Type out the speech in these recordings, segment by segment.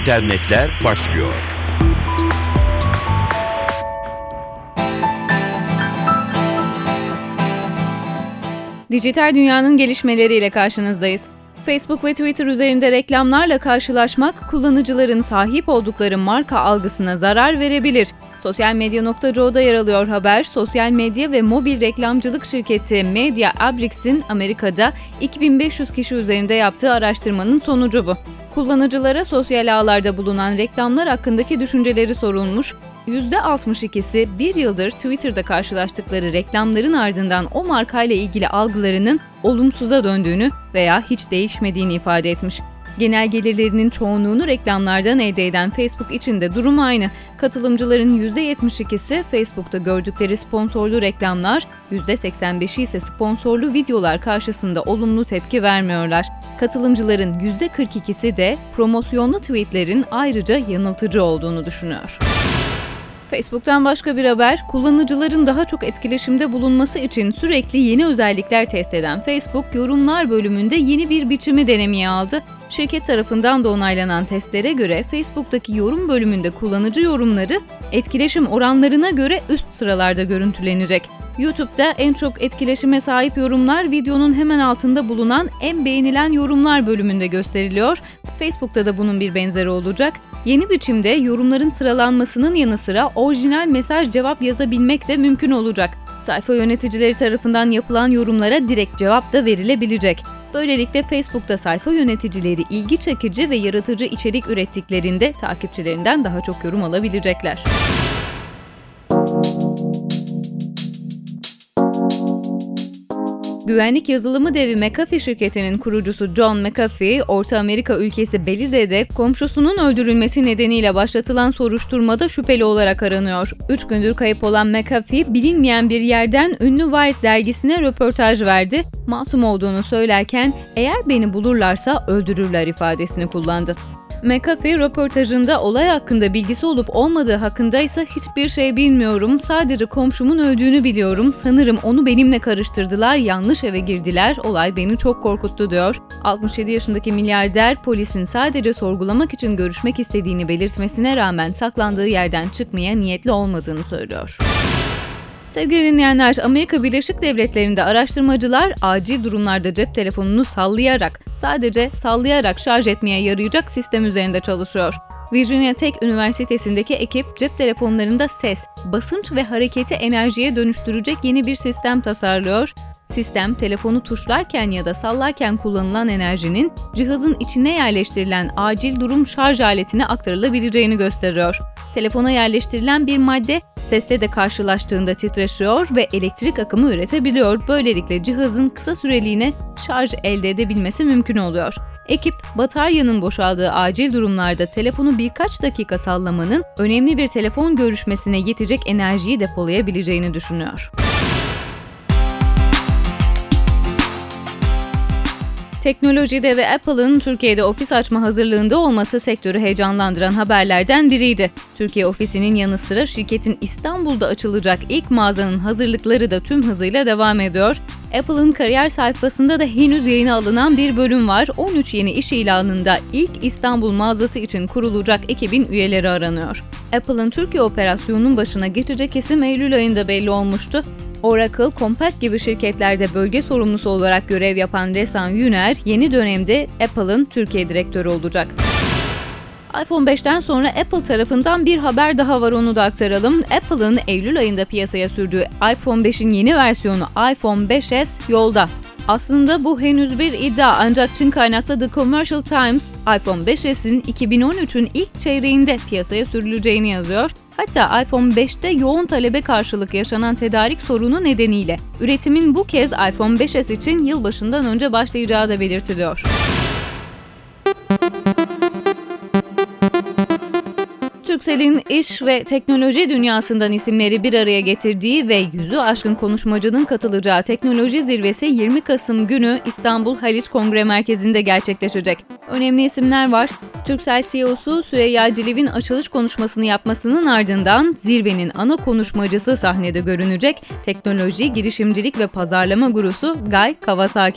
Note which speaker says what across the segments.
Speaker 1: internetler başlıyor.
Speaker 2: Dijital dünyanın gelişmeleriyle karşınızdayız. Facebook ve Twitter üzerinde reklamlarla karşılaşmak, kullanıcıların sahip oldukları marka algısına zarar verebilir. Sosyalmedya.co'da yer alıyor haber. Sosyal medya ve mobil reklamcılık şirketi MediaAbrix'in Amerika'da 2500 kişi üzerinde yaptığı araştırmanın sonucu bu. Kullanıcılara sosyal ağlarda bulunan reklamlar hakkındaki düşünceleri sorulmuş. %62'si bir yıldır Twitter'da karşılaştıkları reklamların ardından o markayla ilgili algılarının olumsuza döndüğünü veya hiç değişmediğini ifade etmiş. Genel gelirlerinin çoğunluğunu reklamlardan elde eden Facebook için de durum aynı. Katılımcıların %72'si Facebook'ta gördükleri sponsorlu reklamlar, %85'i ise sponsorlu videolar karşısında olumlu tepki vermiyorlar. Katılımcıların %42'si de promosyonlu tweetlerin ayrıca yanıltıcı olduğunu düşünüyor. Facebook'tan başka bir haber, kullanıcıların daha çok etkileşimde bulunması için sürekli yeni özellikler test eden Facebook, yorumlar bölümünde yeni bir biçimi denemeye aldı. Şirket tarafından da onaylanan testlere göre Facebook'taki yorum bölümünde kullanıcı yorumları etkileşim oranlarına göre üst sıralarda görüntülenecek. YouTube'da en çok etkileşime sahip yorumlar videonun hemen altında bulunan en beğenilen yorumlar bölümünde gösteriliyor. Facebook'ta da bunun bir benzeri olacak. Yeni biçimde yorumların sıralanmasının yanı sıra orijinal mesaj cevap yazabilmek de mümkün olacak. Sayfa yöneticileri tarafından yapılan yorumlara direkt cevap da verilebilecek. Böylelikle Facebook'ta sayfa yöneticileri ilgi çekici ve yaratıcı içerik ürettiklerinde takipçilerinden daha çok yorum alabilecekler. Güvenlik yazılımı devi McAfee şirketinin kurucusu John McAfee, Orta Amerika ülkesi Belize'de komşusunun öldürülmesi nedeniyle başlatılan soruşturmada şüpheli olarak aranıyor. 3 gündür kayıp olan McAfee, bilinmeyen bir yerden ünlü Wired dergisine röportaj verdi. Masum olduğunu söylerken, "Eğer beni bulurlarsa öldürürler" ifadesini kullandı. McAfee röportajında olay hakkında bilgisi olup olmadığı hakkında ise hiçbir şey bilmiyorum, sadece komşumun öldüğünü biliyorum, sanırım onu benimle karıştırdılar, yanlış eve girdiler, olay beni çok korkuttu diyor. 67 yaşındaki milyarder polisin sadece sorgulamak için görüşmek istediğini belirtmesine rağmen saklandığı yerden çıkmaya niyetli olmadığını söylüyor. Sevgili dinleyenler, Amerika Birleşik Devletleri'nde araştırmacılar acil durumlarda cep telefonunu sadece sallayarak şarj etmeye yarayacak sistem üzerinde çalışıyor. Virginia Tech Üniversitesi'ndeki ekip cep telefonlarında ses, basınç ve hareketi enerjiye dönüştürecek yeni bir sistem tasarlıyor. Sistem, telefonu tuşlarken ya da sallarken kullanılan enerjinin cihazın içine yerleştirilen acil durum şarj aletine aktarılabileceğini gösteriyor. Telefona yerleştirilen bir madde, sesle de karşılaştığında titreşiyor ve elektrik akımı üretebiliyor. Böylelikle cihazın kısa süreliğine şarj elde edebilmesi mümkün oluyor. Ekip, bataryanın boşaldığı acil durumlarda telefonu birkaç dakika sallamanın önemli bir telefon görüşmesine yetecek enerjiyi depolayabileceğini düşünüyor. Teknolojide ve Apple'ın Türkiye'de ofis açma hazırlığında olması sektörü heyecanlandıran haberlerden biriydi. Türkiye ofisinin yanı sıra şirketin İstanbul'da açılacak ilk mağazanın hazırlıkları da tüm hızıyla devam ediyor. Apple'ın kariyer sayfasında da henüz yayına alınan bir bölüm var. 13 yeni iş ilanında ilk İstanbul mağazası için kurulacak ekibin üyeleri aranıyor. Apple'ın Türkiye operasyonunun başına geçecek isim Eylül ayında belli olmuştu. Oracle, Compaq gibi şirketlerde bölge sorumlusu olarak görev yapan Desan Yüner, yeni dönemde Apple'ın Türkiye direktörü olacak. iPhone 5'ten sonra Apple tarafından bir haber daha var, onu da aktaralım. Apple'ın Eylül ayında piyasaya sürdüğü iPhone 5'in yeni versiyonu iPhone 5s yolda. Aslında bu henüz bir iddia, ancak Çin kaynaklı The Commercial Times, iPhone 5s'in 2013'ün ilk çeyreğinde piyasaya sürüleceğini yazıyor. Hatta iPhone 5'te yoğun talebe karşılık yaşanan tedarik sorunu nedeniyle üretimin bu kez iPhone 5s için yılbaşından önce başlayacağı da belirtiliyor. Turkcell'in iş ve teknoloji dünyasından isimleri bir araya getirdiği ve 100'ü aşkın konuşmacının katılacağı teknoloji zirvesi 20 Kasım günü İstanbul Haliç Kongre Merkezi'nde gerçekleşecek. Önemli isimler var. Turkcell CEO'su Süreyya Ciliv'in açılış konuşmasını yapmasının ardından zirvenin ana konuşmacısı sahnede görünecek teknoloji, girişimcilik ve pazarlama gurusu Guy Kawasaki.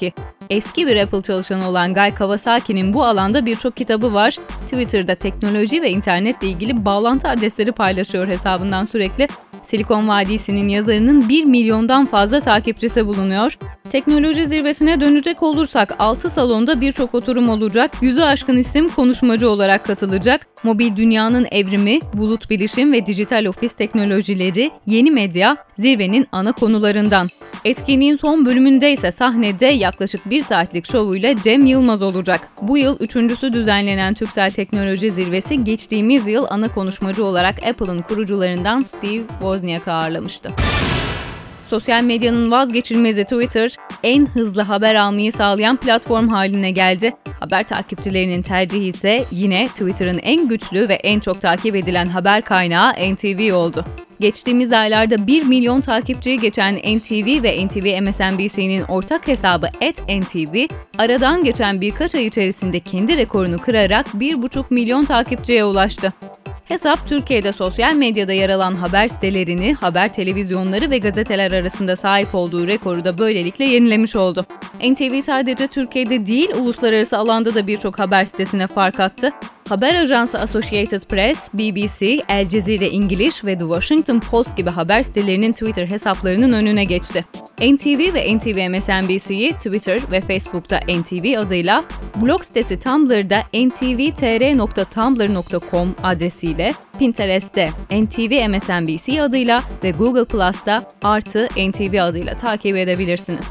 Speaker 2: Eski bir Apple çalışanı olan Guy Kawasaki'nin bu alanda birçok kitabı var. Twitter'da teknoloji ve internetle ilgili bağlantı adresleri paylaşıyor hesabından sürekli. Silikon Vadisi'nin yazarının 1 milyondan fazla takipçisi bulunuyor. Teknoloji zirvesine dönecek olursak 6 salonda birçok oturum olacak, 100'ü aşkın isim konuşmacı olarak katılacak. Mobil dünyanın evrimi, bulut bilişim ve dijital ofis teknolojileri, yeni medya zirvenin ana konularından. Etkinliğin son bölümünde ise sahnede yaklaşık 1 saatlik şovuyla Cem Yılmaz olacak. Bu yıl 3.'sü düzenlenen Türksel Teknoloji Zirvesi geçtiğimiz yıl ana konuşmacı olarak Apple'ın kurucularından Steve Wozniak'ı ağırlamıştı. Sosyal medyanın vazgeçilmezi Twitter, en hızlı haber almayı sağlayan platform haline geldi. Haber takipçilerinin tercihi ise yine Twitter'ın en güçlü ve en çok takip edilen haber kaynağı NTV oldu. Geçtiğimiz aylarda 1 milyon takipçiyi geçen NTV ve NTV MSNBC'nin ortak hesabı @NTV, aradan geçen birkaç ay içerisinde kendi rekorunu kırarak 1,5 milyon takipçiye ulaştı. Hesap, Türkiye'de sosyal medyada yer alan haber sitelerini, haber televizyonları ve gazeteler arasında sahip olduğu rekoru da böylelikle yenilemiş oldu. NTV sadece Türkiye'de değil, uluslararası alanda da birçok haber sitesine fark attı. Haber ajansı Associated Press, BBC, Al Jazeera İngiliz ve The Washington Post gibi haber sitelerinin Twitter hesaplarının önüne geçti. NTV ve NTV MSNBC'yi Twitter ve Facebook'ta NTV adıyla, blog sitesi Tumblr'da ntvtr.tumblr.com adresiyle, Pinterest'te NTV MSNBC adıyla ve Google Plus'ta +NTV adıyla takip edebilirsiniz.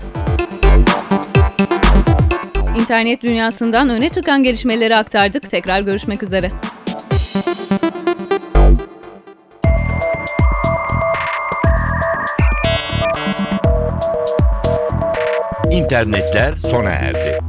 Speaker 2: İnternet dünyasından öne çıkan gelişmeleri aktardık. Tekrar görüşmek üzere.
Speaker 1: İnternetler sona erdi.